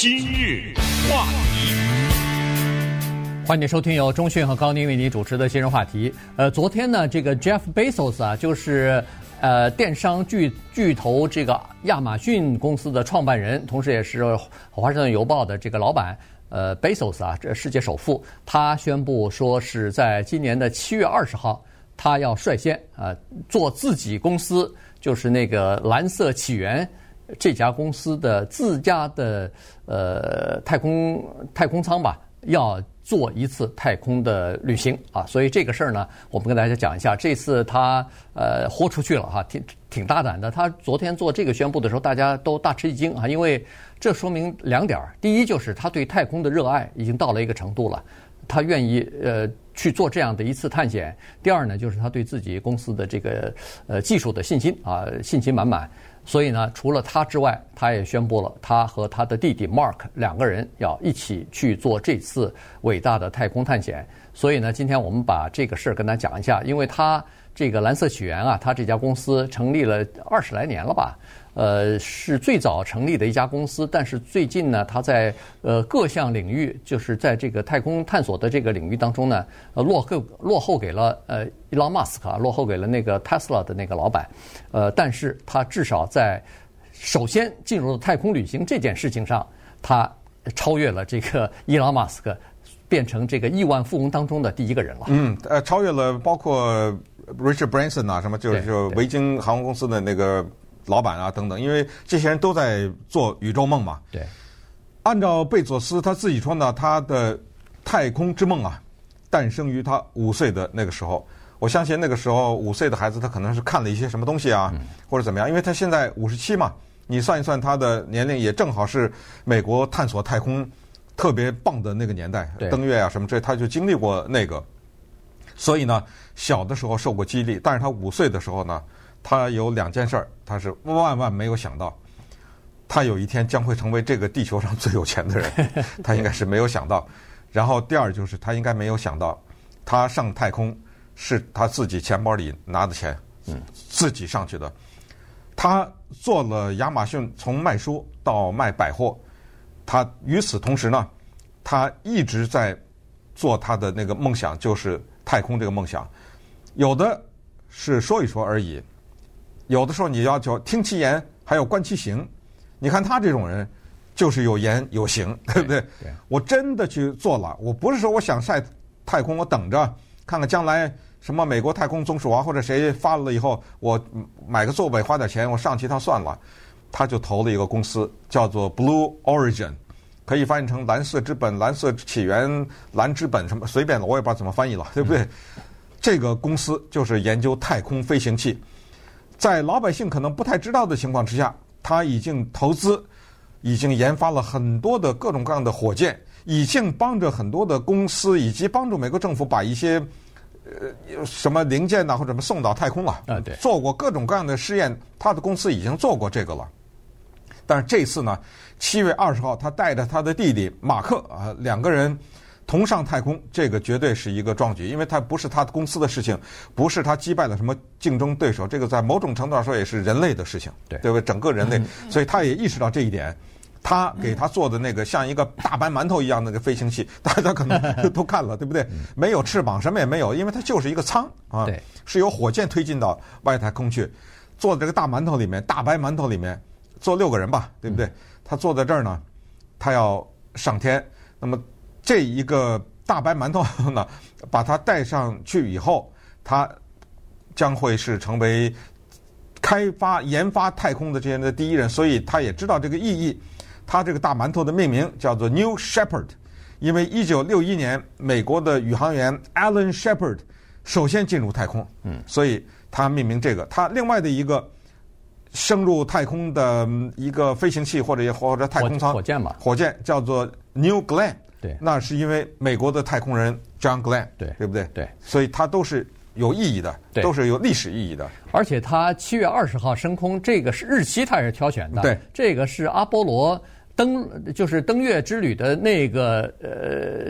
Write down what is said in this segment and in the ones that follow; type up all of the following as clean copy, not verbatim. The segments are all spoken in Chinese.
今日话题， 欢迎收听由钟迅和高宁为你主持的今日话题。昨天呢，这个 Jeff Bezos 啊，就是电商巨头这个亚马逊公司的创办人，同时也是华盛顿邮报的这个老板。Bezos 啊，这世界首富，他宣布说是在今年的7月20号，他要率先做自己公司，就是那个蓝色起源这家公司的自家的太空舱吧，要做一次太空的旅行啊。所以这个事儿呢，我们跟大家讲一下。这次他豁出去了哈，挺大胆的。他昨天做这个宣布的时候，大家都大吃一惊啊，因为这说明两点。第一就是他对太空的热爱已经到了一个程度了，他愿意去做这样的一次探险。第二呢，就是他对自己公司的这个技术的信心啊，信心满满。所以呢，除了他之外，他也宣布了他和他的弟弟 Mark 两个人要一起去做这次伟大的太空探险。所以呢，今天我们把这个事儿跟他讲一下，因为他这个蓝色起源啊，他这家公司成立了20来年了吧，是最早成立的一家公司，但是最近呢，他在各项领域，就是在这个太空探索的这个领域当中呢，落后给了Elon Musk 啊，落后给了那个 Tesla 的那个老板，但是他至少在首先进入太空旅行这件事情上，他超越了这个Elon Musk，变成这个亿万富翁当中的第一个人了。 超越了包括 Richard Branson 啊，什么就是维京航空公司的那个老板啊等等，因为这些人都在做宇宙梦嘛。 对， 按照贝佐斯他自己说呢，他的太空之梦啊，诞生于他5岁的那个时候。我相信那个时候5岁的孩子，他可能是看了一些什么东西啊，或者怎么样，因为他现在57嘛，你算一算他的年龄，也正好是美国探索太空特别棒的那个年代，登月啊什么这，他就经历过那个。所以呢，小的时候受过激励，但是他5岁的时候呢，他有2件事儿，他是万没有想到，他有一天将会成为这个地球上最有钱的人，他应该是没有想到。然后第二就是他应该没有想到，他上太空是他自己钱包里拿的钱，自己上去的。他做了亚马逊从卖书到卖百货，他与此同时呢，他一直在做他的那个梦想，就是太空这个梦想。有的是说一说而已，有的时候你要求听其言还要观其行。你看他这种人就是有言有行，对不对？ 对， 我真的去做了，我不是说我想晒太空，我等着看看将来什么美国太空总署啊或者谁发了以后，我买个座位花点钱我上去一趟算了。他就投了一个公司叫做 Blue Origin， 可以翻译成蓝色之本、蓝色起源、蓝之本什么随便的，我也不知道怎么翻译了，对不对？这个公司就是研究太空飞行器，在老百姓可能不太知道的情况之下，他已经投资，已经研发了很多的各种各样的火箭，已经帮着很多的公司以及帮助美国政府把一些什么零件呐或者什么送到太空了啊，对， 做过各种各样的试验，他的公司已经做过这个了。但是这次呢，7月20号，他带着他的弟弟马克啊，2个人同上太空，这个绝对是一个壮举，因为他不是他公司的事情，不是他击败了什么竞争对手，这个在某种程度上说也是人类的事情，对不对？整个人类，所以他也意识到这一点。他给他做的那个像一个大白馒头一样的那个飞行器，大家可能都看了，对不对？没有翅膀，什么也没有，因为它就是一个舱啊，是由火箭推进到外太空去。坐在这个大馒头里面，大白馒头里面坐6个人吧，对不对？他坐在这儿呢，他要上天。那么这一个大白馒头呢，把它带上去以后，他将会是成为研发太空的这些人的第一人，所以他也知道这个意义。他这个大馒头的命名叫做 New Shepard， 因为1961年美国的宇航员 Alan Shepard 首先进入太空，所以他命名这个。他另外的一个升入太空的一个飞行器或者太空舱火箭叫做 New Glenn， 对， 那是因为美国的太空人 John Glenn， 对不对？ 对， 所以他都是有意义的，都是有历史意义的。 而且他7月20号升空，这个是日期，他也是挑选的。 对， 这个是阿波罗登月之旅的那个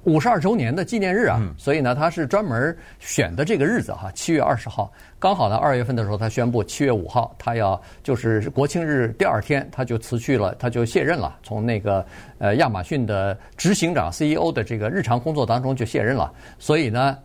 52周年的纪念日啊，所以呢，他是专门选的这个日子哈，7月20号，刚好呢2月份的时候，他宣布7月5号，他要就是国庆日第2天，他就辞去了，他就卸任了，从那个亚马逊的执行长 CEO 的这个日常工作当中就卸任了，所以呢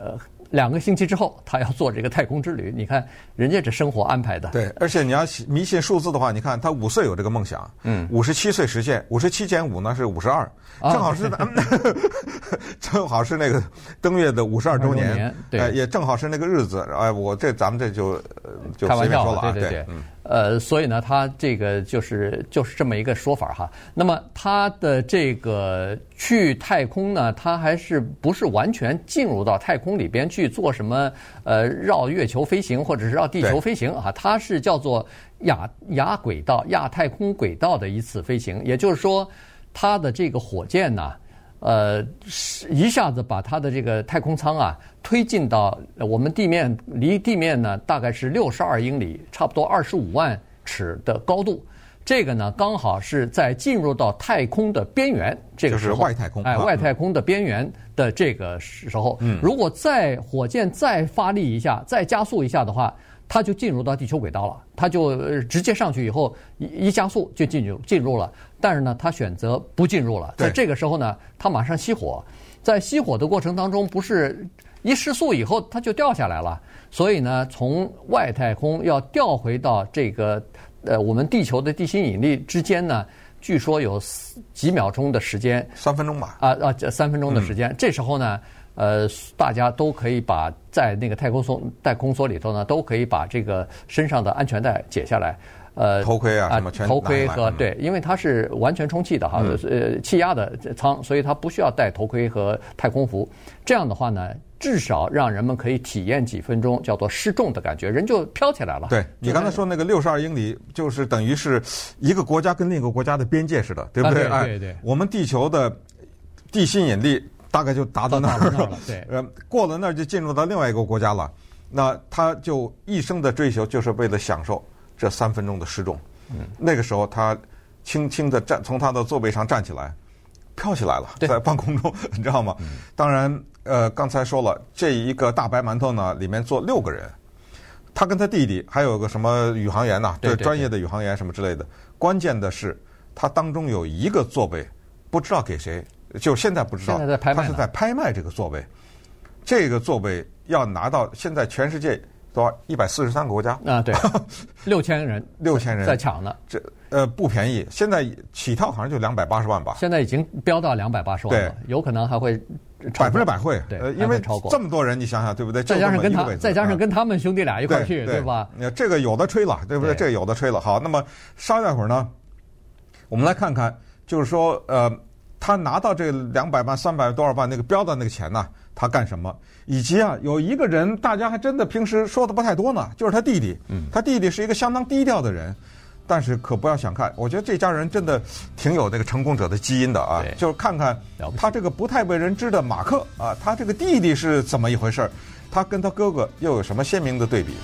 2个星期之后，他要做这个太空之旅。你看人家这生活安排的。 对，而且你要迷信数字的话，你看他5岁有这个梦想，57岁实现，57减5呢是52，正好是正好是那个登月的52周年， 对， 也正好是那个日子。哎，咱们这就开玩笑了啊， 对，所以呢，他这个就是这么一个说法哈。那么他的这个去太空呢，他还是不是完全进入到太空里边去做什么绕月球飞行或者是绕地球飞行啊？他是叫做亚轨道、亚太空轨道的一次飞行，也就是说，他的这个火箭呢。一下子把它的这个太空舱啊推进到我们离地面呢大概是62英里，差不多25万尺的高度。这个呢刚好是在进入到太空的边缘，这个时候就是外太空， 外太空的边缘的这个时候，如果火箭再发力一下，再加速一下的话。它就进入到地球轨道了，它就直接上去以后一加速就进入了，但是呢，它选择不进入了。在这个时候呢，它马上熄火，在熄火的过程当中，不是一失速以后它就掉下来了，所以呢，从外太空要调回到这个我们地球的地心引力之间呢，据说有几秒钟的时间 ，3分钟吧。 3分钟的时间，这时候呢。大家都可以把在那个太空梭里头呢，都可以把这个身上的安全带解下来， 头盔啊什么全头盔和对，因为它是完全充气的哈，气压的舱，所以它不需要戴头盔和太空服。这样的话呢，至少让人们可以体验几分钟叫做失重的感觉，人就飘起来了。 对你刚才说那个62英里，就是等于是一个国家跟另一个国家的边界似的，对不对？ 对， 我们地球的地心引力。大概就达到那儿了，对， 过了那儿就进入到另外一个国家了。那他就一生的追求就是为了享受这3分钟的失重。那个时候他轻轻的从他的座位上站起来，飘起来了，在半空中，你知道吗？当然，刚才说了，这一个大白馒头呢，里面坐6个人，他跟他弟弟还有个什么宇航员呐，对，专业的宇航员什么之类的。关键的是，他当中有一个座位不知道给谁。就现在不知道，他是在拍卖这个座位，这个座位要拿到现在全世界多少143个国家啊，对，6000人在抢呢， 这不便宜，现在起跳好像就280万吧， 现在已经飙到280万了，有可能还会 100%会， 对， 因为这么多人，你想想对不对？ 再加上跟他们兄弟俩一块去，对吧？ 这个有的吹了，对不对？这个有的吹了。好，那么稍待会儿呢，我们来看看，就是说他拿到这200万、300多少万那个标的那个钱呢，他干什么？以及有一个人，大家还真的平时说的不太多呢，就是他弟弟。他弟弟是一个相当低调的人，但是可不要小看，我觉得这家人真的挺有那个成功者的基因的啊。就是看看他这个不太为人知的马克啊，他这个弟弟是怎么一回事？他跟他哥哥又有什么鲜明的对比？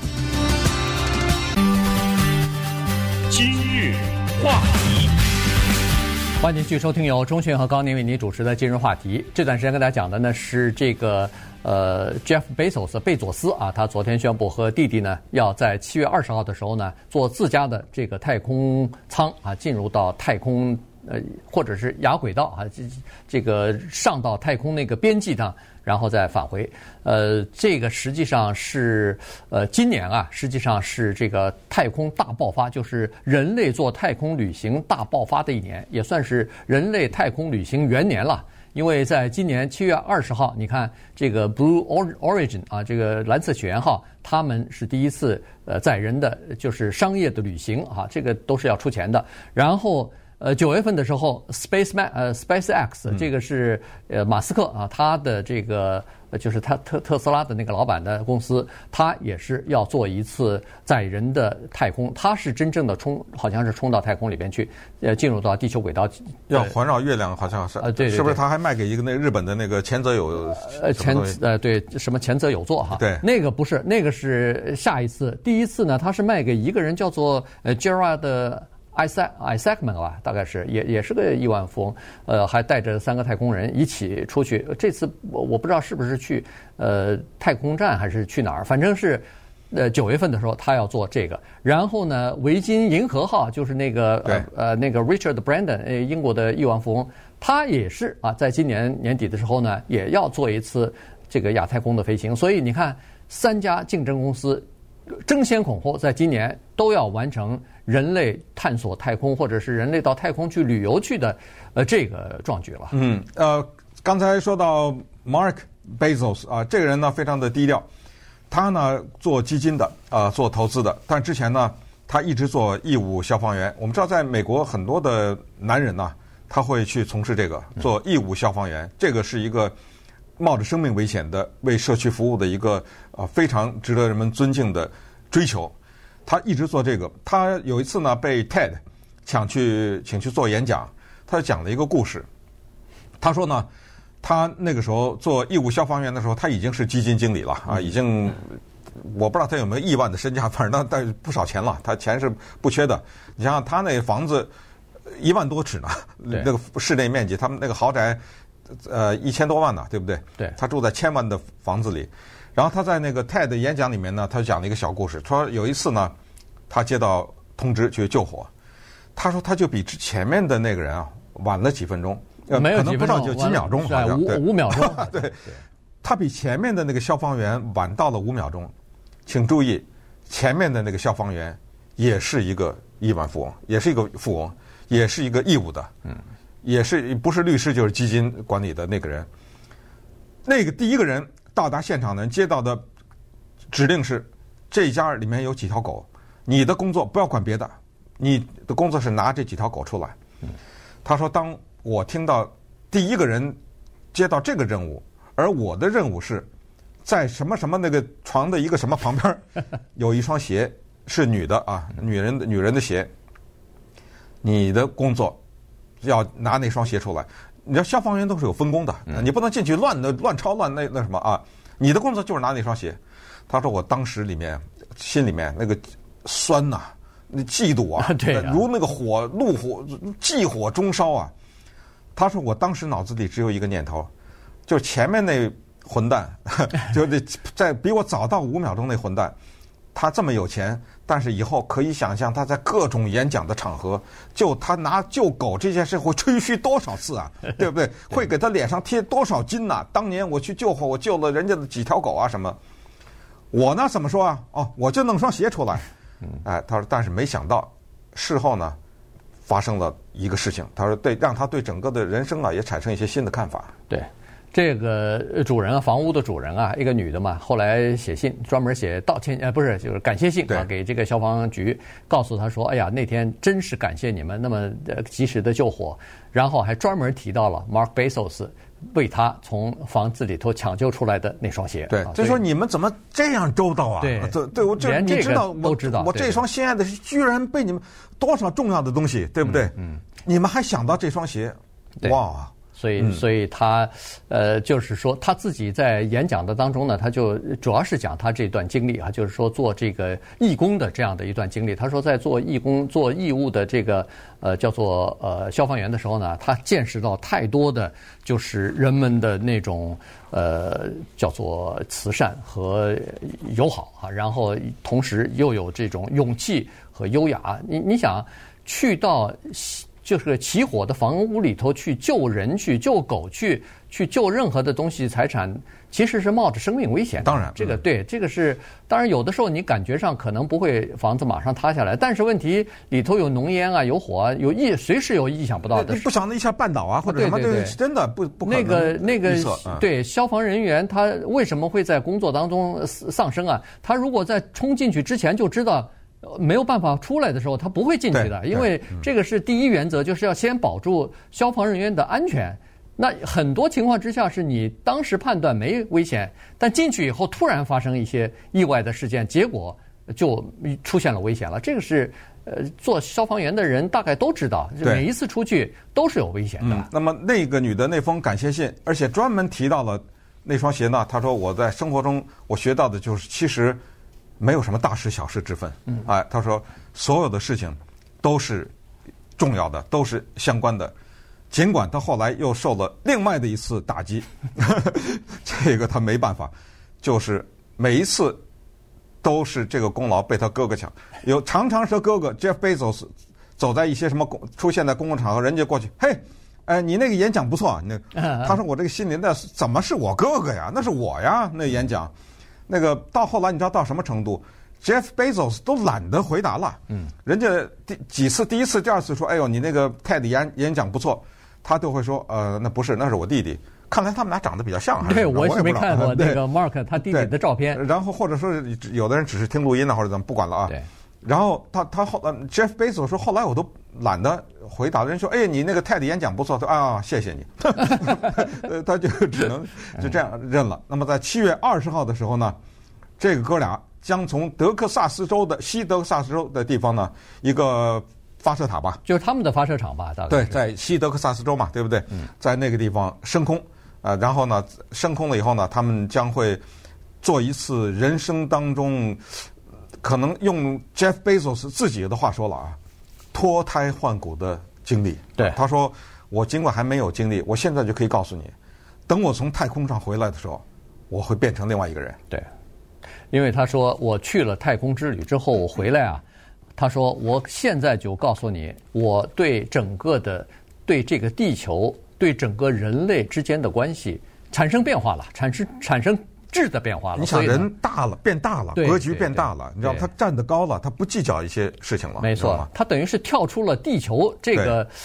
今日话题。 欢迎继续收听由钟迅和高宁为您主持的今日话题。这段时间跟大家讲的呢是这个Jeff Bezos 贝佐斯啊，他昨天宣布和弟弟呢要在7月20号的时候呢坐自家的这个太空舱啊进入到太空或者是亚轨道啊这个上到太空那个边际上，然后再返回。这个实际上是今年啊，实际上是这个太空大爆发，就是人类做太空旅行大爆发的一年，也算是人类太空旅行元年了。因为在今年7月20号，你看这个 Blue Origin 啊，这个蓝色起源号，他们是第一次载人的就是商业的旅行啊，这个都是要出钱的。然后9月份的时候 SpaceX 这个是马斯克啊，他的这个就是他特斯拉的那个老板的公司，他也是要做一次载人的太空，他是真正的好像是冲到太空里边去，进入到地球轨道， 要环绕月亮，好像是对， 是不是？他还卖给一个那日本的那个前泽友对什么前泽友作哈， 对， 那个不是，那个是下一次，第一次呢，他是卖给一个人叫做Gerard Isaacman 吧，大概是也是个亿万富翁，还带着3个太空人一起出去。这次我不知道是不是去太空站还是去哪儿，反正是9月份的时候他要做这个。然后呢，维京银河号就是那个Richard Branson，英国的亿万富翁，他也是啊，在今年年底的时候呢，也要做一次这个亚太空的飞行。所以你看，3家竞争公司争先恐后，在今年都要完成人类探索太空，或者是人类到太空去旅游去的这个壮举了。 刚才说到 Mark Bezos 啊，这个人呢非常的低调，他呢做基金的做投资的，但之前呢他一直做义务消防员。我们知道，在美国很多的男人呢，他会去从事这个做义务消防员，这个是一个冒着生命危险的为社区服务的一个非常值得人们尊敬的追求。他一直做这个。他有一次呢被 TED 请去做演讲，他讲了一个故事。他说呢，他那个时候做义务消防员的时候，他已经是基金经理了啊，已经我不知道他有没有亿万的身价，反正但不少钱了，他钱是不缺的。你想想他那房子1万多尺呢，那个室内面积，他们那个豪宅1000多万呢，对不对？ 对， 他住在1000万的房子里。然后他在那个 TED 的演讲里面呢，他讲了一个小故事，说有一次呢，他接到通知去救火，他说他就比前面的那个人啊晚了几分钟， 没有可能不到就几秒钟，好像 5秒钟。 对，他比前面的那个消防员晚到了5秒钟。请注意，前面的那个消防员也是一个亿万富翁，也是一个富翁，也是一个义务的，也是不是律师就是基金管理的那个人。那个第一个人到达现场呢，接到的指令是：这一家里面有几条狗，你的工作不要管别的，你的工作是拿这几条狗出来。他说，当我听到第一个人接到这个任务，而我的任务是在什么什么那个床的一个什么旁边有一双鞋是女的啊，女人的鞋，你的工作要拿那双鞋出来。你知道消防员都是有分工的，你不能进去乱抄乱那什么啊！你的工作就是拿那双鞋。他说我当时心里面那个酸呐，那嫉妒啊， 对啊， 如那个怒火忌火中烧啊。他说我当时脑子里只有一个念头，就是前面那混蛋，就得在比我早到5秒钟那混蛋，他这么有钱，但是以后可以想象他在各种演讲的场合，他拿救狗这件事会吹嘘多少次啊，对不对？会给他脸上贴多少金呐？当年我去救火，我救了人家的几条狗啊什么。我呢怎么说啊？我就弄双鞋出来。他说，但是没想到事后呢发生了一个事情，他说让他对整个的人生啊也产生一些新的看法。 对。这个主人啊，房屋的主人啊，一个女的嘛，后来写信，专门写道歉，就是感谢信啊，给这个消防局，告诉他说，哎呀，那天真是感谢你们那么及时的救火，然后还专门提到了 Mark Bezos 为他从房子里头抢救出来的那双鞋。 对，就说你们怎么这样周到啊？ 对， 我这连这个都知道，我这双心爱的居然被你们多少重要的东西，对不对？你们还想到这双鞋，哇！ 所以他就是说他自己在演讲的当中呢，他就主要是讲他这段经历啊，就是说做这个义工的这样的一段经历。他说在做义工做义务的这个叫做消防员的时候呢，他见识到太多的就是人们的那种叫做慈善和友好啊，然后同时又有这种勇气和优雅。你想去到就是起火的房屋里头去救人、去救狗、去救任何的东西财产，其实是冒着生命危险的。 当然， 这个对，这个是当然有的时候你感觉上可能不会房子马上塌下来，但是问题里头有浓烟啊、有火啊、随时有意想不到的。 不想一下绊倒啊，或者什么，对，真的不可能。那个对消防人员他为什么会在工作当中丧生啊？他如果在冲进去之前就知道没有办法出来的时候，他不会进去的，因为这个是第一原则，就是要先保住消防人员的安全。那很多情况之下是你当时判断没危险，但进去以后突然发生一些意外的事件，结果就出现了危险了。这个是做消防员的人大概都知道，每一次出去都是有危险的。 那么那个女的那封感谢信，而且专门提到了那双鞋呢。她说我在生活中我学到的就是其实没有什么大事小事之分。他说所有的事情都是重要的，都是相关的。尽管他后来又受了另外的一次打击，这个他没办法，就是每一次都是这个功劳被他哥哥抢。常常是哥哥 Jeff Bezos 走在一些出现在公共场合，人家过去，嘿，你那个演讲不错，他说我这个心里那怎么是我哥哥呀？那是我呀，那演讲，那个到后来你知道到什么程度？Jeff Bezos 都懒得回答了，人家第一次、第二次说，哎呦，你那个 TED 演讲不错。他都会说，那不是，那是我弟弟。看来他们俩长得比较像，还是对，我是没看过那个 Mark 他弟弟的照片。 然后或者说有的人只是听录音呢，或者怎么，不管了啊。 对。 然后他后来 Jeff Bezos 说，后来我都懒得回答。人说，哎，你那个 TED 演讲不错，他说啊，谢谢你。他就只能就这样认了。那么在7月20号的时候呢，这个哥俩将从西德克萨斯州的地方呢一个。发射塔吧， 就是他们的发射场吧，大概对，在西德克萨斯州嘛，对不对？在那个地方升空，然后呢，升空了以后呢，他们将会做一次人生当中，可能用 Jeff Bezos 自己的话说了啊，脱胎换骨的经历。 对， 他说：“我尽管还没有经历，我现在就可以告诉你，等我从太空上回来的时候，我会变成另外一个人。” 对，因为他说我去了太空之旅之后，我回来啊。他说：“我现在就告诉你，我对对这个地球、对整个人类之间的关系产生变化了，产生质的变化了。 你想，人大了，变大了，格局变大了，你知道，他站得高了，他不计较一些事情了。 没错，他等于是跳出了地球这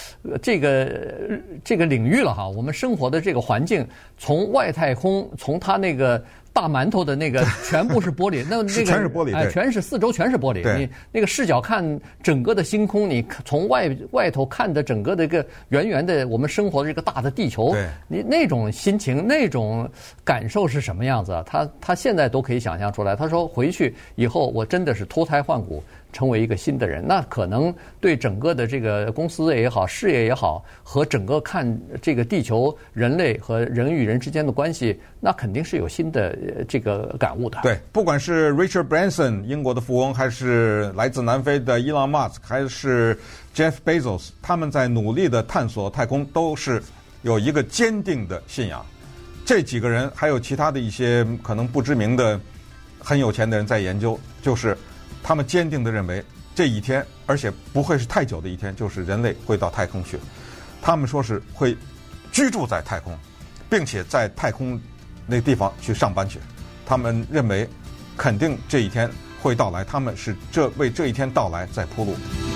个领域了哈。我们生活的这个环境，从外太空，从他那个。”大馒头的那个全部是玻璃，那个全是玻璃， 全是四周全是玻璃。你那个视角看整个的星空，你从外头看的整个的一个圆圆的我们生活的这个大的地球，你那种心情、那种感受是什么样子？他现在都可以想象出来。他说回去以后，我真的是脱胎换骨。成为一个新的人，那可能对整个的这个公司也好，事业也好，和整个看这个地球、人类和人与人之间的关系，那肯定是有新的这个感悟的。 对，不管是 Richard Branson 英国的富翁，还是来自南非的 Elon Musk， 还是 Jeff Bezos， 他们在努力的探索太空，都是有一个坚定的信仰。这几个人还有其他的一些可能不知名的很有钱的人在研究，就是他们坚定地认为这一天，而且不会是太久的一天，就是人类会到太空去。他们说是会居住在太空，并且在太空那地方去上班去。他们认为肯定这一天会到来，他们是为这一天到来在铺路。